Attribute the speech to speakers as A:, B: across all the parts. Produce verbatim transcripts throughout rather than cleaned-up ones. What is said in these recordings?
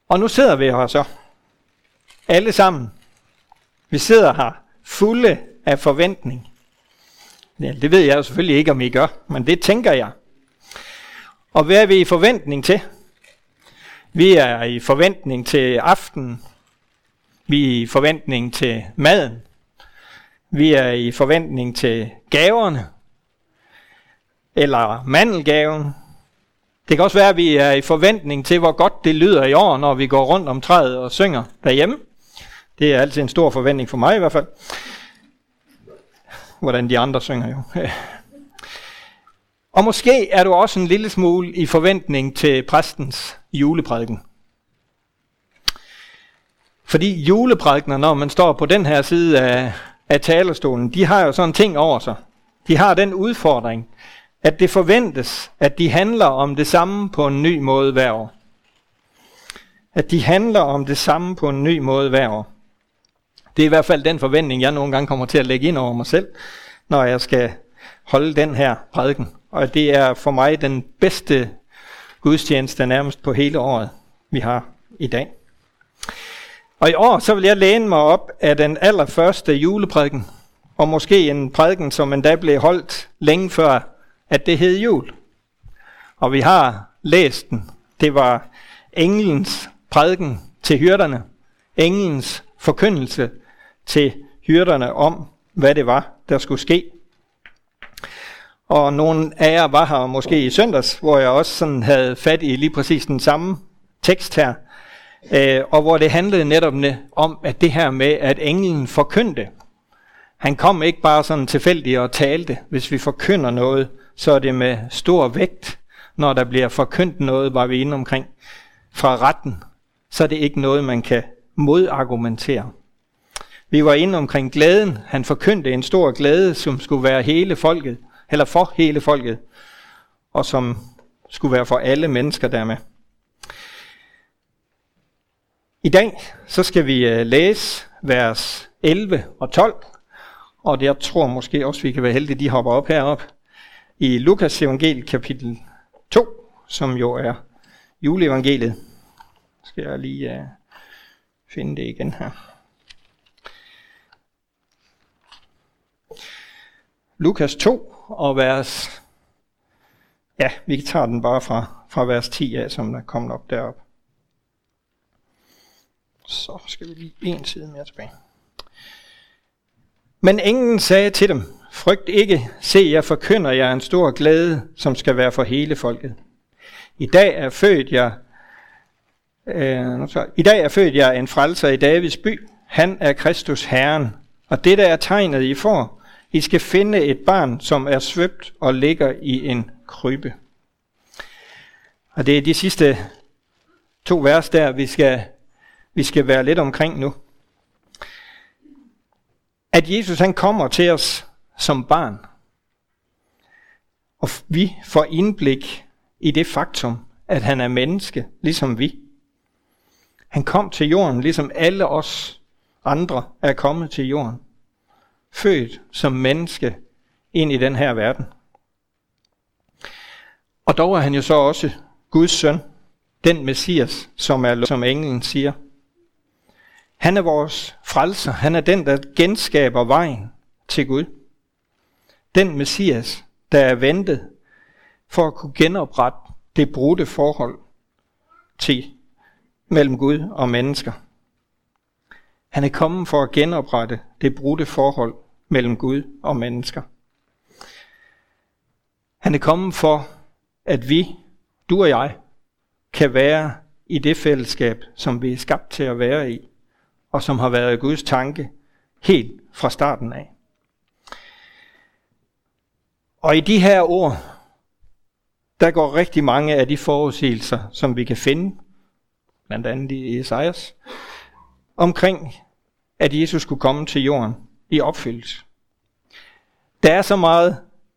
A: Og nu sidder vi her så. Alle sammen. Vi sidder her fulde af forventning. Ja, det ved jeg jo selvfølgelig ikke, om I gør, men det tænker jeg. Og hvad er vi i forventning til? Vi er i forventning til aftenen. Vi er i forventning til maden. Vi er i forventning til gaverne. Eller mandelgaven. Det kan også være, at vi er i forventning til, hvor godt det lyder i år, når vi går rundt om træet og synger derhjemme. Det er altid en stor forventning for mig i hvert fald. Hvordan de andre synger jo. Og måske er du også en lille smule i forventning til præstens juleprædiken. Fordi juleprædikener, når man står på den her side af, af talerstolen, de har jo sådan en ting over sig. De har den udfordring, at det forventes, at de handler om det samme på en ny måde hver år. At de handler om det samme på en ny måde hver år. Det er i hvert fald den forventning, jeg nogle gange kommer til at lægge ind over mig selv, når jeg skal holde den her prædiken. Og det er for mig den bedste gudstjeneste nærmest på hele året, vi har i dag. Og i år, så vil jeg læne mig op af den allerførste juleprædiken, og måske en prædiken, som endda blev holdt længe før, at det hed jul. Og vi har læst den. Det var englens prædiken til hyrderne. Englens forkyndelse til hyrderne om, hvad det var, der skulle ske. Og nogle af jer var her måske i søndags, hvor jeg også sådan havde fat i lige præcis den samme tekst her. Øh, og hvor det handlede netop om, at det her med, at englen forkyndte. Han kom ikke bare sådan tilfældigt og talte. Hvis vi forkynder noget, så er det med stor vægt. Når der bliver forkyndt noget, var vi inde omkring fra retten, så er det ikke noget, man kan modargumentere. Vi var inde omkring glæden. Han forkyndte en stor glæde, som skulle være hele folket, eller for hele folket, og som skulle være for alle mennesker dermed. I dag så skal vi læse vers elleve og tolv, og det jeg tror måske også, vi kan være heldige, de hopper op herop i Lukas evangeliet kapitel to, som jo er juleevangeliet. Skal jeg lige uh, finde det igen her. Lukas to og vers, ja, vi tager den bare fra, fra vers ti af, som der kommer op derop. Så skal vi lige en side mere tilbage. Men englen sagde til dem, frygt ikke, se jeg forkynder jer en stor glæde, som skal være for hele folket. I dag er født jeg, øh, I dag er født jeg en frelser i Davids by. Han er Kristus Herren, og det der er tegnet I får. I skal finde et barn, som er svøbt og ligger i en krybbe. Og det er de sidste to vers der, vi skal, vi skal være lidt omkring nu. At Jesus han kommer til os som barn. Og vi får indblik i det faktum, at han er menneske, ligesom vi. Han kom til jorden, ligesom alle os andre er kommet til jorden. Født som menneske ind i den her verden. Og dog er han jo så også Guds søn, den Messias, som er som englen siger. Han er vores frelser. Han er den, der genskaber vejen til Gud. Den Messias, der er ventet for at kunne genoprette det brudte forhold til mellem Gud og mennesker. Han er kommet for at genoprette det brudte forhold mellem Gud og mennesker. Han er kommet for, at vi, du og jeg, kan være i det fællesskab, som vi er skabt til at være i, og som har været Guds tanke helt fra starten af. Og i de her ord, der går rigtig mange af de forudsigelser, som vi kan finde, blandt andet i Esajas, omkring, at Jesus skulle komme til jorden i opfyldelse. Der er så meget,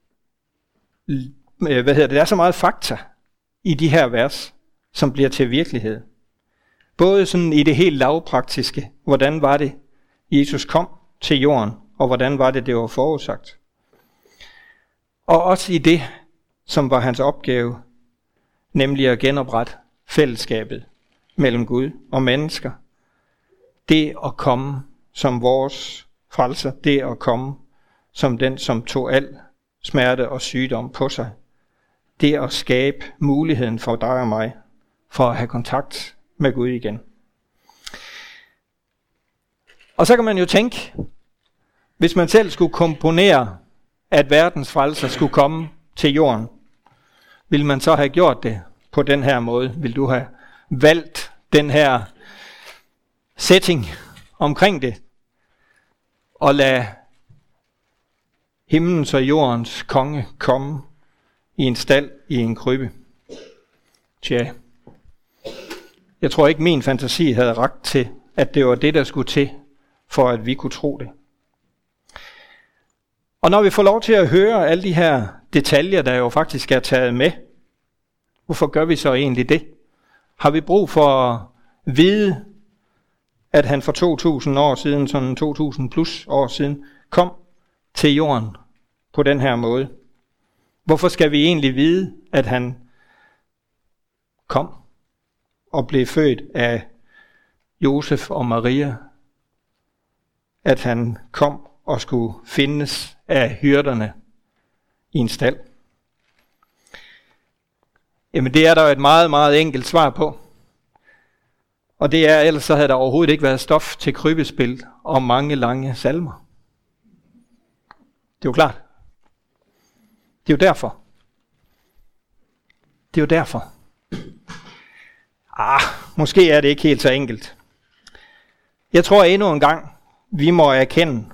A: hvad hedder det, der er så meget fakta i de her vers, som bliver til virkelighed. Både sådan i det helt lavpraktiske, hvordan var det, Jesus kom til jorden, og hvordan var det, det var forudsagt. Og også i det, som var hans opgave, nemlig at genoprette fællesskabet mellem Gud og mennesker. Det at komme som vores frelser, det at komme som den, som tog al smerte og sygdom på sig. Det at skabe muligheden for dig og mig, for at have kontakt med Gud igen. Og så kan man jo tænke, hvis man selv skulle komponere, at verdens frelser skulle komme til jorden, ville man så have gjort det på den her måde? Vil du have valgt den her setting omkring det, og lade himlens og jordens konge komme i en stald i en krybbe? Tja, jeg tror ikke min fantasi havde rakt til, at det var det, der skulle til, for at vi kunne tro det. Og når vi får lov til at høre alle de her detaljer, der jo faktisk er taget med, hvorfor gør vi så egentlig det? Har vi brug for at vide, at han for to tusind år siden, sådan to tusind plus år siden, kom til jorden på den her måde? Hvorfor skal vi egentlig vide, at han kom og blev født af Josef og Maria? At han kom og skulle findes af hyrderne i en stald? Jamen det er der jo et meget, meget enkelt svar på. Og det er, ellers så havde der overhovedet ikke været stof til krybespil og mange lange salmer. Det er jo klart. Det er jo derfor. Det er jo derfor. Ah, måske er det ikke helt så enkelt. Jeg tror endnu en gang, vi må erkende,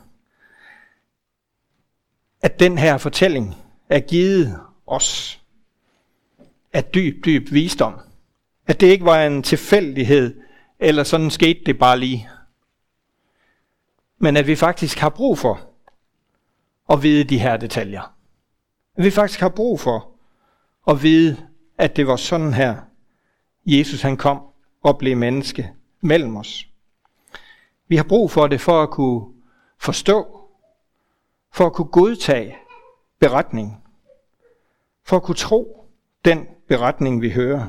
A: at den her fortælling er givet os af dyb, dyb visdom. At det ikke var en tilfældighed, eller sådan skete det bare lige. Men at vi faktisk har brug for at vide de her detaljer. At vi faktisk har brug for at vide, at det var sådan her, Jesus han kom og blev menneske mellem os. Vi har brug for det for at kunne forstå, for at kunne godtage beretningen, for at kunne tro den beretning, vi hører.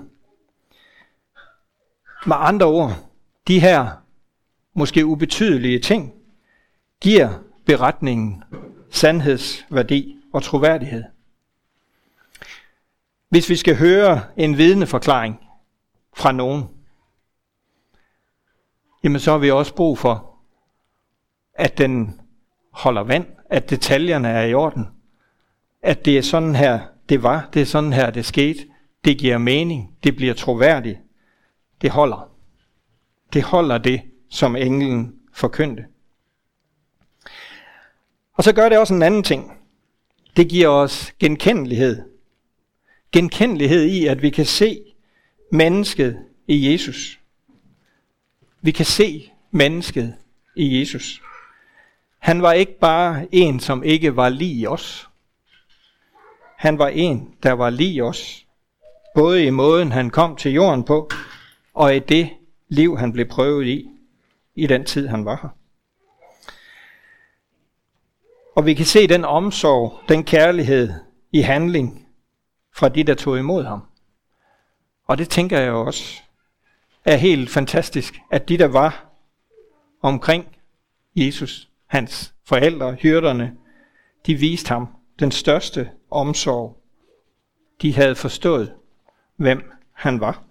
A: Med andre ord, de her måske ubetydelige ting, giver beretningen sandhedsværdi og troværdighed. Hvis vi skal høre en vidneforklaring fra nogen, jamen så har vi også brug for, at den holder vand, at detaljerne er i orden, at det er sådan her, det var, det er sådan her, det skete, det giver mening, det bliver troværdigt, det holder. Det holder det, som englen forkyndte. Og så gør det også en anden ting. Det giver os genkendelighed. Genkendelighed i, at vi kan se mennesket i Jesus. Vi kan se mennesket i Jesus. Han var ikke bare en, som ikke var lig os. Han var en, der var lig os. Både i måden, han kom til jorden på, og i det liv, han blev prøvet i, i den tid, han var her. Og vi kan se den omsorg, den kærlighed i handling fra de, der tog imod ham. Og det tænker jeg også er helt fantastisk, at de, der var omkring Jesus, hans forældre, hyrderne, de viste ham den største omsorg. De havde forstået, hvem han var.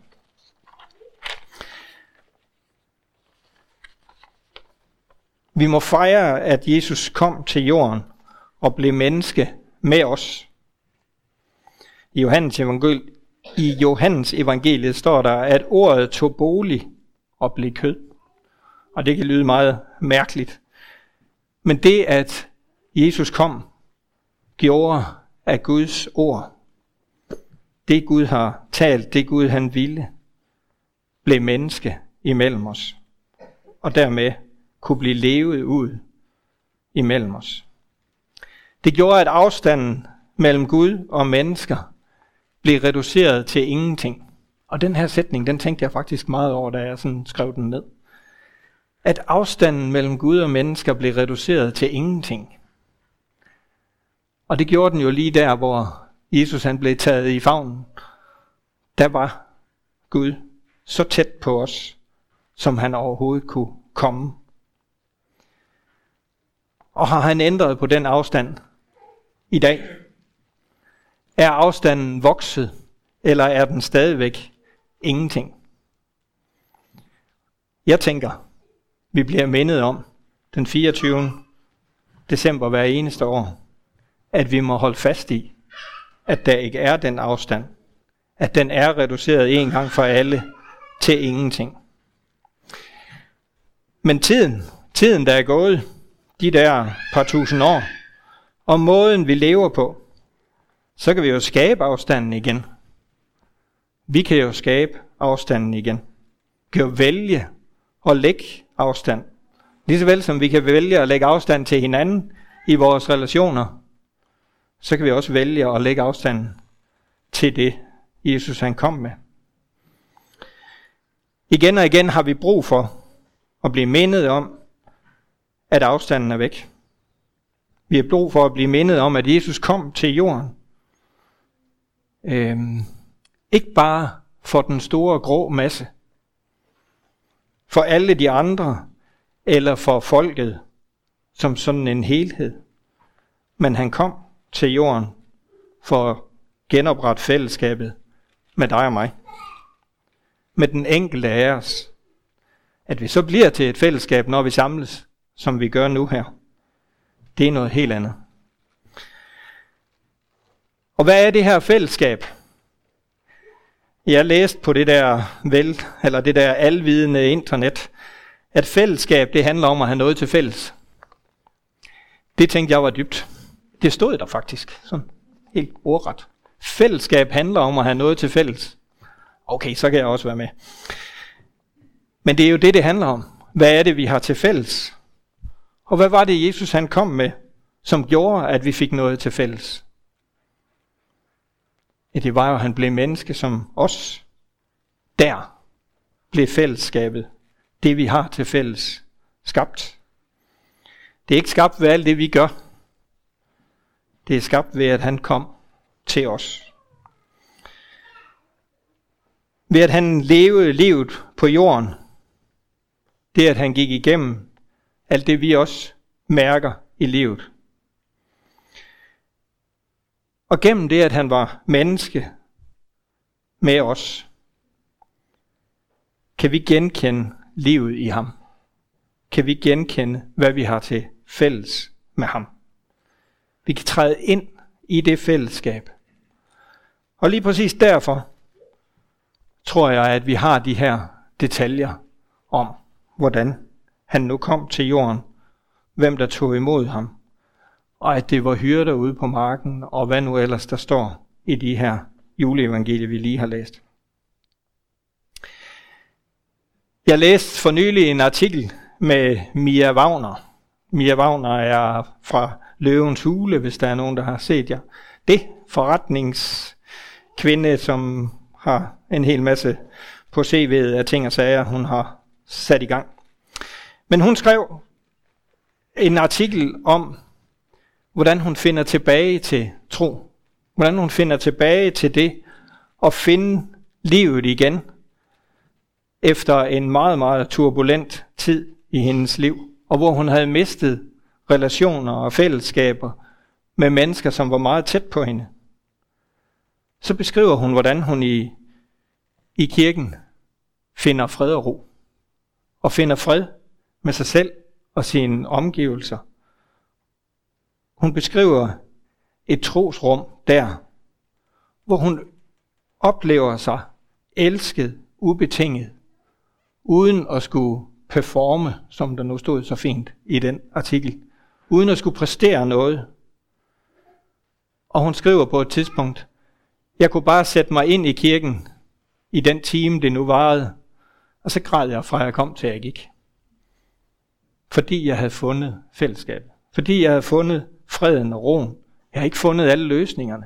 A: Vi må fejre, at Jesus kom til jorden og blev menneske med os. I Johannes evangeliet, i Johannes evangeliet står der, at ordet tog bolig og blev kød. Og det kan lyde meget mærkeligt. Men det, at Jesus kom, gjorde af Guds ord. Det Gud har talt, det Gud han ville, blev menneske imellem os. Og dermed kunne blive levet ud imellem os. Det gjorde, at afstanden mellem Gud og mennesker blev reduceret til ingenting. Og den her sætning, den tænkte jeg faktisk meget over, da jeg sådan skrev den ned. At afstanden mellem Gud og mennesker blev reduceret til ingenting. Og det gjorde den jo lige der, hvor Jesus han blev taget i favnen. Der var Gud så tæt på os, som han overhovedet kunne komme. Og har han ændret på den afstand i dag? Er afstanden vokset, eller er den stadigvæk ingenting? Jeg tænker, vi bliver mindet om den fireogtyvende december hver eneste år, at vi må holde fast i, at der ikke er den afstand, at den er reduceret en gang for alle til ingenting. Men tiden, tiden der er gået, de der par tusind år, og måden vi lever på, så kan vi jo skabe afstanden igen. Vi kan jo skabe afstanden igen. Vi kan jo vælge at lægge afstand. Ligeså vel som vi kan vælge at lægge afstand til hinanden i vores relationer, så kan vi også vælge at lægge afstanden til det, Jesus han kom med. Igen og igen har vi brug for at blive mindet om, at afstanden er væk. Vi har brug for at blive mindet om, at Jesus kom til jorden. Øhm, ikke bare for den store grå masse, for alle de andre, eller for folket som sådan en helhed. Men han kom til jorden for at genoprette fællesskabet med dig og mig. Med den enkelte af os. At vi så bliver til et fællesskab, når vi samles, som vi gør nu her. Det er noget helt andet. Og hvad er det her fællesskab? Jeg læste på det der vel, eller det der alvidende internet, at fællesskab, det handler om at have noget til fælles. Det tænkte jeg var dybt. Det stod der faktisk, sådan helt ordret. Fællesskab handler om at have noget til fælles. Okay, så kan jeg også være med. Men det er jo det, det handler om. Hvad er det, vi har til fælles? Og hvad var det, Jesus han kom med, som gjorde, at vi fik noget til fælles? Ja, det var jo, at han blev menneske som os. Der blev fællesskabet, det vi har til fælles, skabt. Det er ikke skabt ved alt det, vi gør. Det er skabt ved, at han kom til os. Ved at han levede livet på jorden. Det at han gik igennem alt det, vi også mærker i livet. Og gennem det, at han var menneske med os, kan vi genkende livet i ham. Kan vi genkende, hvad vi har til fælles med ham. Vi kan træde ind i det fællesskab. Og lige præcis derfor tror jeg, at vi har de her detaljer om, hvordan han nu kom til jorden, hvem der tog imod ham, og at det var hyrder ude på marken, og hvad nu ellers der står i de her juleevangelier, vi lige har læst. Jeg læste for nylig en artikel med Mia Wagner. Mia Wagner er fra Løvens Hule, hvis der er nogen, der har set jer. Det forretningskvinde, som har en hel masse på C V'et af ting og sager, hun har sat i gang. Men hun skrev en artikel om, hvordan hun finder tilbage til tro. Hvordan hun finder tilbage til det at finde livet igen efter en meget, meget turbulent tid i hendes liv, og hvor hun havde mistet relationer og fællesskaber med mennesker, som var meget tæt på hende. Så beskriver hun, hvordan hun i, i kirken finder fred og ro, og finder fred med sig selv og sine omgivelser. Hun beskriver et trosrum der, hvor hun oplever sig elsket, ubetinget, uden at skulle performe, som der nu stod så fint i den artikel, uden at skulle præstere noget. Og hun skriver på et tidspunkt, jeg kunne bare sætte mig ind i kirken i den time, det nu varede, og så græd jeg fra jeg kom til jeg gik. Fordi jeg havde fundet fællesskabet. Fordi jeg havde fundet freden og roen. Jeg har ikke fundet alle løsningerne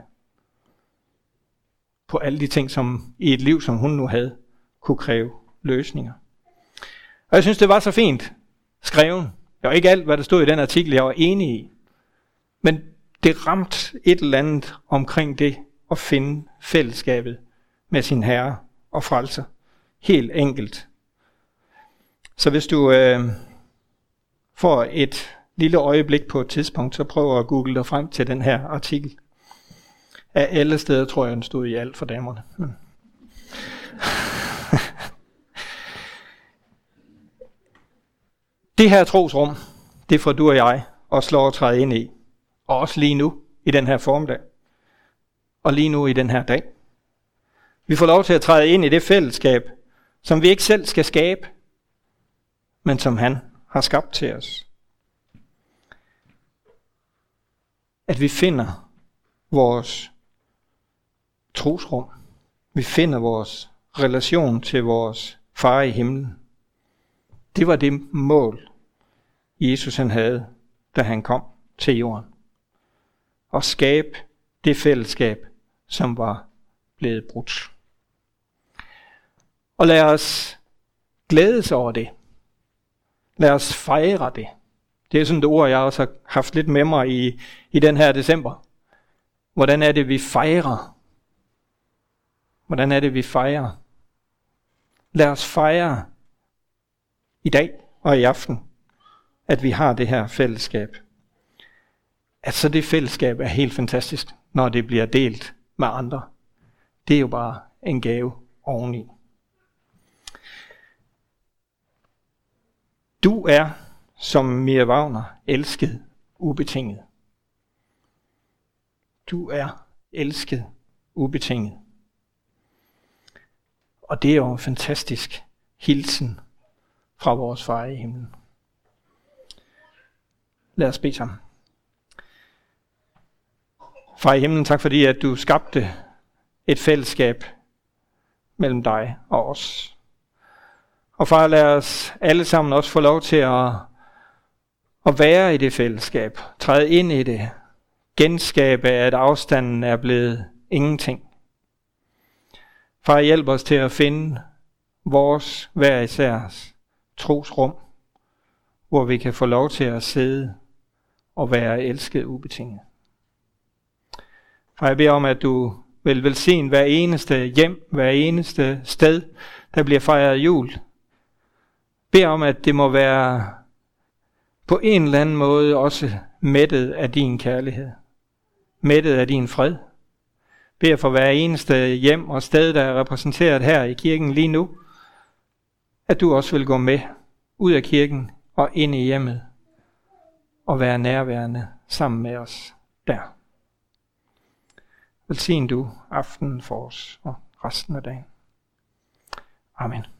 A: på alle de ting, som i et liv, som hun nu havde, kunne kræve løsninger. Og jeg synes, det var så fint skrevet. Det var ikke alt, hvad der stod i den artikel, jeg var enig i. Men det ramte et eller andet omkring det at finde fællesskabet med sin herre og frelser. helt enkelt. Så hvis du øh, får et lille øjeblik på et tidspunkt, så prøv at google dig frem til den her artikel. Af alle steder tror jeg, den stod i alt for damerne. Hmm. Det her trosrum, det får du og jeg også lov at træde ind i. Og også lige nu, i den her formiddag. Og lige nu i den her dag. Vi får lov til at træde ind i det fællesskab, som vi ikke selv skal skabe, men som han har skabt til os. At vi finder vores trosrum. Vi finder vores relation til vores far i himlen. Det var det mål, Jesus han havde, da han kom til jorden. At skabe det fællesskab, som var blevet brudt. Og lad os glædes over det. Lad os fejre det. Det er sådan et ord, jeg også har haft lidt med mig i, i den her december. Hvordan er det, vi fejrer? Hvordan er det, vi fejrer? Lad os fejre i dag og i aften, at vi har det her fællesskab. At så det fællesskab er helt fantastisk, når det bliver delt med andre. Det er jo bare en gave oveni. Du er, som Mia Wagner, elsket ubetinget. Du er elsket ubetinget. Og det er jo en fantastisk hilsen fra vores far i himlen. Lad os bede sammen. Far i himlen, tak fordi at du skabte et fællesskab mellem dig og os. Og far, lad os alle sammen også få lov til at, at være i det fællesskab. Træde ind i det. Genskabe, at afstanden er blevet ingenting. Far, hjælp os til at finde vores hver isærs trosrum, hvor vi kan få lov til at sidde og være elsket ubetinget. Far, jeg beder om, at du vil velsigne hver eneste hjem, hver eneste sted, der bliver fejret jul. Jeg beder om, at det må være på en eller anden måde også mættet af din kærlighed. Mættet af din fred. Jeg beder for hver eneste hjem og sted, der er repræsenteret her i kirken lige nu, at du også vil gå med ud af kirken og ind i hjemmet og være nærværende sammen med os der. Velsign du aftenen for os og resten af dagen. Amen.